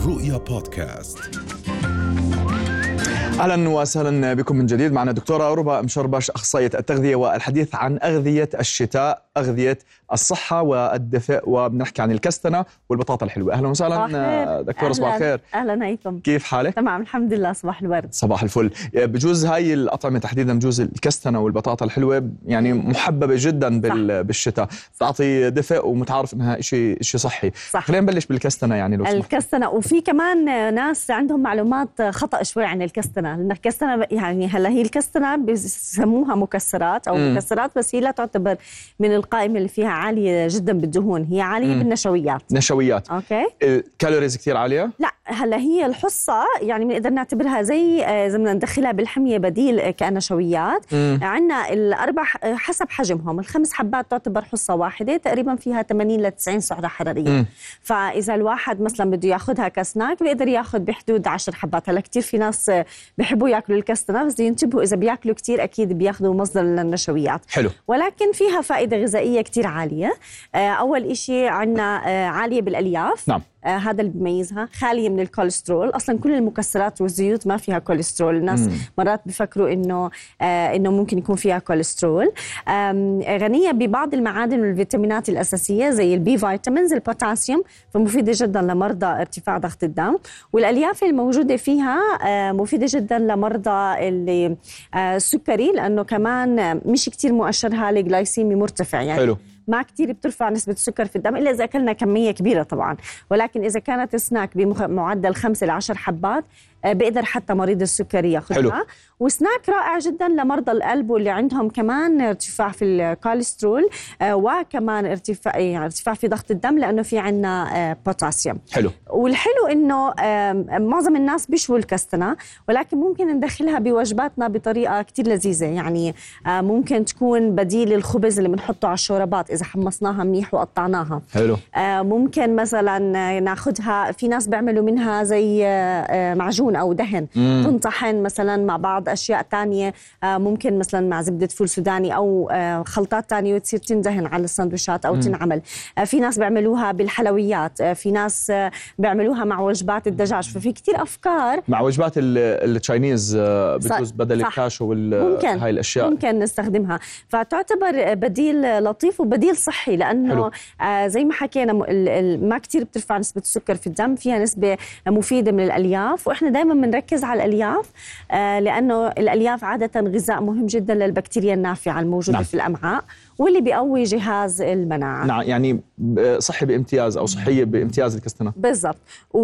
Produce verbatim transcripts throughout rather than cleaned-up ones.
رؤيا بودكاست. أهلا وسهلا بكم من جديد. معنا دكتورة ربا مشربش، أخصائية التغذية، والحديث عن أغذية الشتاء، أغذية الصحة والدفء، وبنحكي عن الكستنة والبطاطا الحلوة. أهلا وسهلا دكتورة. صباح الخير. أهلا هيثم، كيف حالك؟ تمام الحمد لله. صباح الورد. صباح الفل. بجوز هاي الأطعمة تحديدا، بجوز الكستنة والبطاطا الحلوة يعني محببة جدا بال... بالشتاء، تعطي دفء ومتعارف إنها شيء شيء صحي. صح. خلينا نبلش بالكستنة يعني لو سمحت. الكستنة، وفي كمان ناس عندهم معلومات خطأ شوي عن الكستنة، لأن الكستنة يعني هلا هي الكستنة بيسموها مكسرات أو مم. مكسرات، بس هي لا تعتبر من القائمة اللي فيها عالية جدا بالدهون، هي عالية مم. بالنشويات. نشويات. أوكي. الكالوريز كثير عالية؟ لا، هلا هي الحصة يعني بنقدر نعتبرها زي إذا بدنا ندخلها بالحمية بديل كنشويات. عندنا الأربع حسب حجمهم، الخمس حبات تعتبر حصة واحدة تقريبا فيها ثمانين إلى تسعين سعرة حرارية. مم. فإذا الواحد مثلا بده ياخذها كسناك بيقدر ياخذ بحدود عشر حبات. هلا كثير في ناس بيحبوا ياكلوا الكستنة، بس ينتبهوا إذا بياكلوا كثير أكيد بياخذوا مصدر للنشويات. حلو. ولكن فيها فائدة غذائية كثير عالية. أول إشي عندنا عالية بالألياف. نعم. آه هذا اللي بيميزها، خالية من الكوليسترول. أصلا كل المكسرات والزيوت ما فيها كوليسترول. الناس مم. مرات بيفكروا إنه آه إنه ممكن يكون فيها كوليسترول. غنية ببعض المعادن والفيتامينات الأساسية زي البي فيتامينز، البوتاسيوم، فمفيدة جدا لمرضى ارتفاع ضغط الدم. والألياف الموجودة فيها آه مفيدة جدا لمرضى اللي آه السكري، لأنه كمان مش كتير مؤشرها لجلايسيمي مرتفع يعني. حلو. ما كتير بترفع نسبة السكر في الدم إلا إذا أكلنا كمية كبيرة طبعا، ولكن إذا كانت سناك بمعدل خمسة لعشر حبات بيقدر حتى مريض السكري ياخذها. وسناك رائع جدا لمرضى القلب واللي عندهم كمان ارتفاع في الكوليسترول وكمان ارتفاع يعني ارتفاع في ضغط الدم، لأنه في عنا بوتاسيوم. حلو. والحلو إنه معظم الناس بيشووا الكستنة، ولكن ممكن ندخلها بوجباتنا بطريقة كتير لذيذة. يعني ممكن تكون بديل الخبز اللي بنحطه على الشوربات إذا حمصناها منيح وقطعناها. حلو. ممكن مثلا ناخدها، في ناس بيعملوا منها زي معجون أو دهن، مم. تنطحن مثلا مع بعض أشياء تانية، ممكن مثلا مع زبدة فول سوداني أو خلطات تانية وتصير تندهن على السندويشات أو مم. تنعمل. في ناس بيعملوها بالحلويات، في ناس بيعملوها مع وجبات الدجاج. ففي كتير أفكار مع وجبات التشاينيز بجوز بدل الكاشو وهاي الأشياء ممكن نستخدمها، فتعتبر بديل لطيف وبديل صحي، لأنه آه زي ما حكينا ما كتير بترفع نسبة السكر في الدم، فيها نسبة مفيدة من الألياف. وإحنا دائما بنركز على الألياف آه لأنه الألياف عادة غذاء مهم جدا للبكتيريا النافعة الموجودة نعم. في الأمعاء، واللي بيقوي جهاز المناعة. نعم، يعني صحي بامتياز أو صحية بامتياز الكستنة. بالضبط.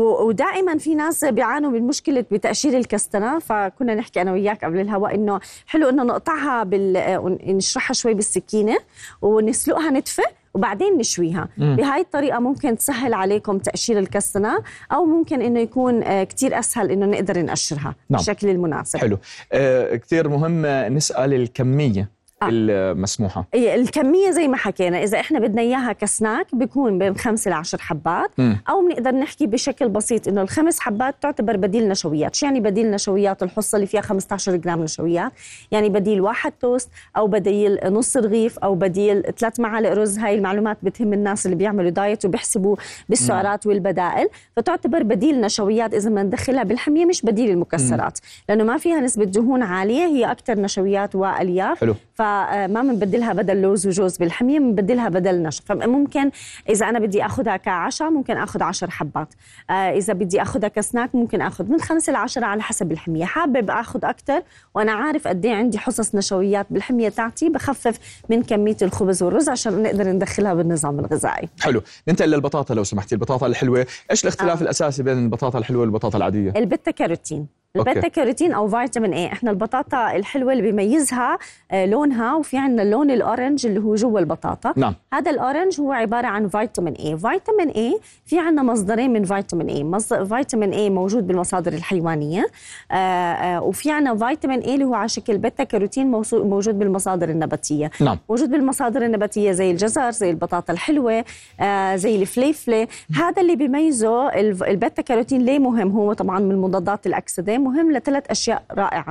ودائما في ناس بيعانوا من مشكلة بتقشير الكستنة، فكنا نحكي أنا وياك قبل الهواء إنه حلو إنه نقطعها بال نشرحها شوي بالسكينة ونسلقها نتفة وبعدين نشويها. مم. بهاي الطريقة ممكن تسهل عليكم تقشير الكستنة، أو ممكن إنه يكون كتير أسهل إنه نقدر نقشرها نعم. بالشكل المناسب. حلو. آه كتير مهم نسأل الكمية آه. المسموحة. الكمية زي ما حكينا، إذا إحنا بدنا إياها كسناك بيكون بين خمسة لعشر حبات. م. أو بنقدر نحكي بشكل بسيط إنه الخمس حبات تعتبر بديل نشويات. شو يعني بديل نشويات؟ الحصة اللي فيها خمسة عشر جرام نشويات، يعني بديل واحد توست أو بديل نص رغيف أو بديل ثلاث معالق رز. هاي المعلومات بتهم الناس اللي بيعملوا دايت وبيحسبوا بالسعرات م. والبدائل، فتعتبر بديل نشويات إذا ما ندخلها بالحمية، مش بديل المكسرات، م. لأنه ما فيها نسبة دهون عالية، هي أكتر نشويات وألياف. حلو. فما بنبدلها بدل لوز وجوز بالحمية، بنبدلها بدل نشا. فممكن إذا أنا بدي أخذها كعشاء ممكن أخذ عشر حبات، آه إذا بدي أخذها كسناك ممكن أخذ من خمسة لعشرة على حسب الحمية. حابب أخذ أكتر وأنا عارف قد إيه عندي حصص نشويات بالحمية تاعتي، بخفف من كمية الخبز والرز عشان نقدر ندخلها بالنظام الغذائي. حلو. ننتقل للبطاطا لو سمحتي. البطاطا الحلوة، إيش الاختلاف آه. الأساسي بين البطاطا الحلوة والبطاطا العادية؟ البيتا كاروتين. البيتا كاروتين أو فيتامين اي. احنا البطاطا الحلوة اللي بيميزها آه لونها، وفي عندنا اللون الأورنج اللي هو جوا البطاطا. نعم. هذا الأورنج هو عبارة عن فيتامين اي. فيتامين اي في عندنا مصدرين من فيتامين اي. مصدر فيتامين اي موجود بالمصادر الحيوانية، آه آه وفي عندنا فيتامين اي اللي هو على شكل بيتا كاروتين موجود بالمصادر النباتية. نعم. موجود بالمصادر النباتية زي الجزر، زي البطاطا الحلوة، آه زي الفليفلة. هذا اللي بيميزه البيتا كاروتين. ليه مهم؟ هو طبعا من مضادات الأكسدة، مهم لثلاث أشياء رائعة.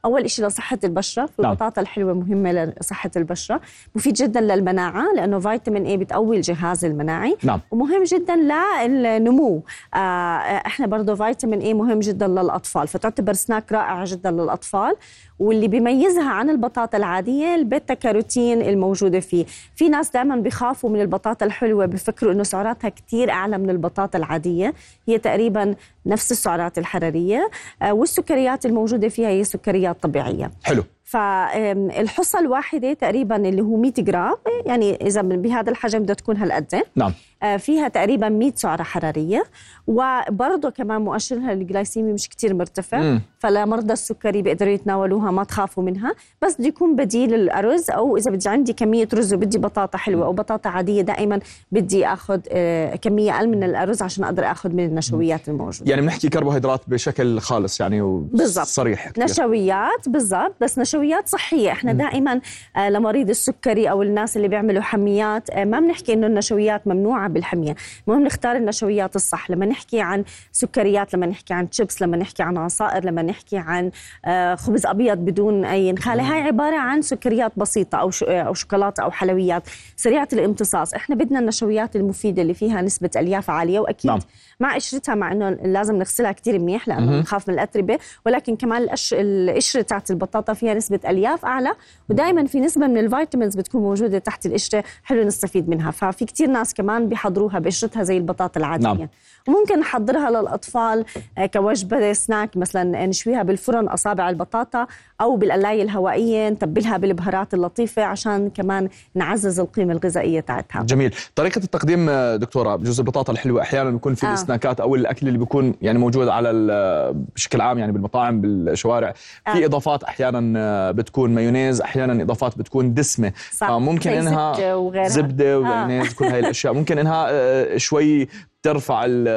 أول شيء لصحة البشرة، البطاطا الحلوة مهمة لصحة البشرة، مفيد جدا للمناعة لأنه فيتامين إيه بتقوي الجهاز المناعي. نعم. ومهم جدا للنمو. آه إحنا برضو فيتامين إيه مهم جدا للأطفال، فتعتبر سناك رائع جدا للأطفال. واللي بيميزها عن البطاطا العادية البيتا كاروتين الموجودة فيه. في ناس دائما بيخافوا من البطاطا الحلوة، بيفكروا إنه سعراتها كتير أعلى من البطاطا العادية، هي تقريبا نفس السعرات الحرارية، والسكريات الموجودة فيها هي سكريات طبيعية. حلو. فالحصة الواحدة تقريبا اللي هو مئة جرام، يعني إذا بهذا الحجم بدها تكون هالقد. نعم. فيها تقريبا مئة سعرة حرارية، وبرضه كمان مؤشرها الجلايسيمي مش كتير مرتفع. مم. فلمرضى السكري بيقدروا يتناولوها، ما تخافوا منها، بس بده يكون بديل الأرز. أو إذا بدي عندي كمية رز وبدي بطاطا حلوة أو بطاطا عادية، دائما بدي أخذ كمية أقل من الأرز عشان أقدر أخذ من النشويات الموجودة. يعني بنحكي كربوهيدرات بشكل خالص يعني صريح كتير. نشويات بالضبط، بس نشويات صحية. إحنا م. دائما لمريض السكري أو الناس اللي بيعملوا حميات ما بنحكي إنه النشويات ممنوعة بالحمية، المهم نختار النشويات الصح. لما نحكي عن سكريات، لما نحكي عن شيبس، لما نحكي عن عصائر، لما نحكي عن خبز أبيض بدون أي نخالة، هاي عبارة عن سكريات بسيطة أو أو شوكولاتة أو حلويات سريعة الامتصاص. إحنا بدنا النشويات المفيدة اللي فيها نسبة ألياف عالية، وأكيد نعم. مع قشرتها، مع إنه لازم نغسلها كتير منيح لأنه نخاف من الأتربة، ولكن كمان القش القشرة تحت البطاطا فيها نسبة ألياف أعلى، ودائما في نسبة من الفيتامينز بتكون موجودة تحت القشرة، حلو نستفيد منها. ففي كتير ناس كمان بيحضروها بقشرتها زي البطاطا العادية. نعم. وممكن نحضرها للأطفال كوجبة سناك، مثلا نشويها بالفرن أصابع البطاطا أو بالقلاية الهوائية، نتبلها بالبهارات اللطيفة عشان كمان نعزز القيمة الغذائية تاعتها. جميل. طريقة التقديم دكتورة بجوز البطاطا الحلوة أحيانا بيكون في آه. السناكات أو الأكل اللي بيكون يعني موجود على بشكل عام يعني بالمطاعم بالشوارع، آه. في إضافات أحيانا بتكون مايونيز، أحيانا إضافات بتكون دسمة، ممكن إنها زبدة, زبدة ومايونيز آه. كل هاي الأشياء ممكن إنها شوي ترفع ال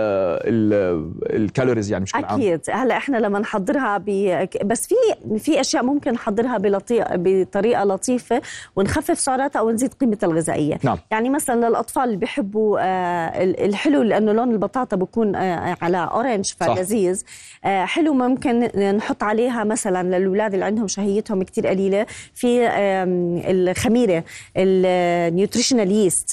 ال الكالوريز يعني بشكل عام. اكيد. هلا احنا لما نحضرها ب... بس في في اشياء ممكن نحضرها بلطي... بطريقه لطيفه ونخفف سعراتها او نزيد قيمتها الغذائيه. نعم. يعني مثلا للاطفال اللي بيحبوا آه الحلو، لانه لون البطاطا بيكون آه على اورنج فلذيذ، آه حلو، ممكن نحط عليها مثلا للاولاد اللي عندهم شهيتهم كتير قليله في آه الخميره، النيوتريشنال ييست،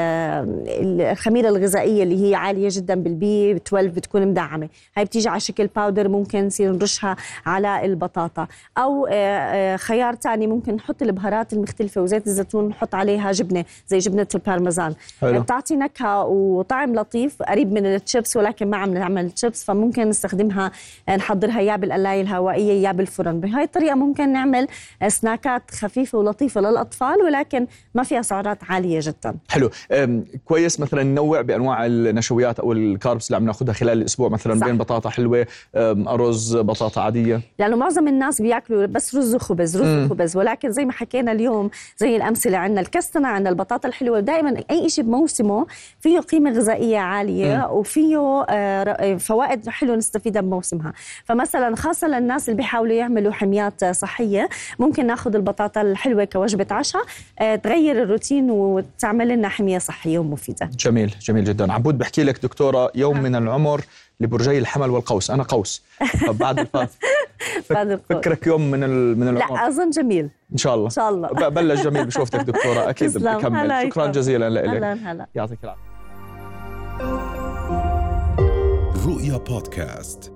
الخميره الغذائيه اللي هي عالية جدا بالبي اثنا عشر، بتكون مدعمة، هاي بتيجي على شكل باودر، ممكن نصير نرشها على البطاطا. أو خيار تاني ممكن نحط البهارات المختلفة وزيت الزيتون، نحط عليها جبنة زي جبنة البارميزان، بتعطي نكهة وطعم لطيف قريب من الشيبس، ولكن ما عم نعمل شيبس، فممكن نستخدمها نحضرها يا بالقلاية الهوائية يا بالفرن. بهاي الطريقة ممكن نعمل سناكات خفيفة ولطيفة للأطفال، ولكن ما فيها سعرات عالية جدا. حلو. كويس. مثلا ننوع بأنواع النشويات او الكاربس اللي عم ناخذها خلال الاسبوع، مثلا صح. بين بطاطا حلوه، ارز، بطاطا عاديه، لانه معظم الناس بياكلوا بس رز وخبز، رز م. وخبز، ولكن زي ما حكينا اليوم زي الامثله، عندنا الكستنه، عندنا البطاطا الحلوه. دائما اي شيء بموسمه فيه قيمه غذائيه عاليه م. وفيه فوائد حلوه نستفيدها بموسمها. فمثلا خاصه للناس اللي بيحاولوا يعملوا حميات صحيه، ممكن ناخذ البطاطا الحلوه كوجبه عشاء، تغير الروتين وتعمل لنا حميه صحيه ومفيده. جميل جميل جدا. عبود بحكي لك دكتورة، يوم من العمر لبرجي الحمل والقوس، أنا قوس، بعد الفات فكرك يوم من من العمر. لا أظن جميل إن شاء الله. إن شاء الله بلش جميل بشوفتك دكتورة، أكيد بكمل. شكرا جزيلا لك. هلا هلا. يعطيك العافية. رؤيا بودكاست.